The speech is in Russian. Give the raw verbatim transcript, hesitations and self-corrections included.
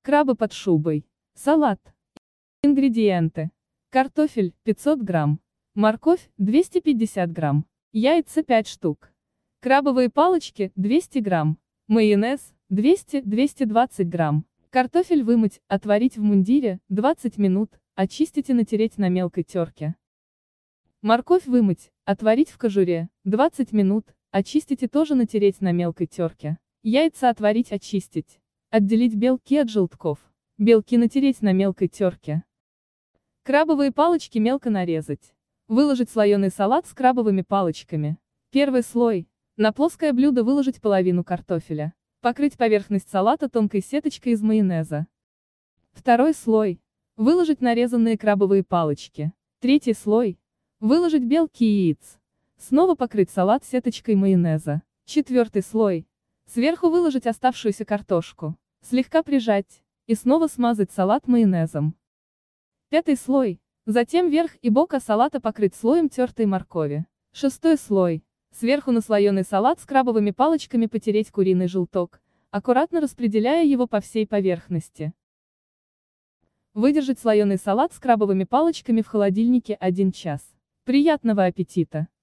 Крабы под шубой. Салат. Ингредиенты. Картофель пятьсот грамм. Морковь двести пятьдесят грамм. Яйца пять штук. Крабовые палочки двести грамм. Майонез двести — двести двадцать грамм. Картофель вымыть, отварить в мундире двадцать минут, очистить и натереть на мелкой терке. Морковь вымыть, отварить в кожуре двадцать минут, очистить и тоже натереть на мелкой терке. Яйца отварить, очистить. Отделить белки от желтков. Белки натереть на мелкой терке. Крабовые палочки мелко нарезать. Выложить слоеный салат с крабовыми палочками. Первый слой. На плоское блюдо выложить половину картофеля. Покрыть поверхность салата тонкой сеточкой из майонеза. Второй слой. Выложить нарезанные крабовые палочки. Третий слой. Выложить белки яиц. Снова покрыть салат сеточкой майонеза. Четвертый слой. Сверху выложить оставшуюся картошку. Слегка прижать. И снова смазать салат майонезом. Пятый слой. Затем верх и бока салата покрыть слоем тертой моркови. Шестой слой. Сверху на слоеный салат с крабовыми палочками потереть куриный желток, аккуратно распределяя его по всей поверхности. Выдержать слоеный салат с крабовыми палочками в холодильнике один час. Приятного аппетита!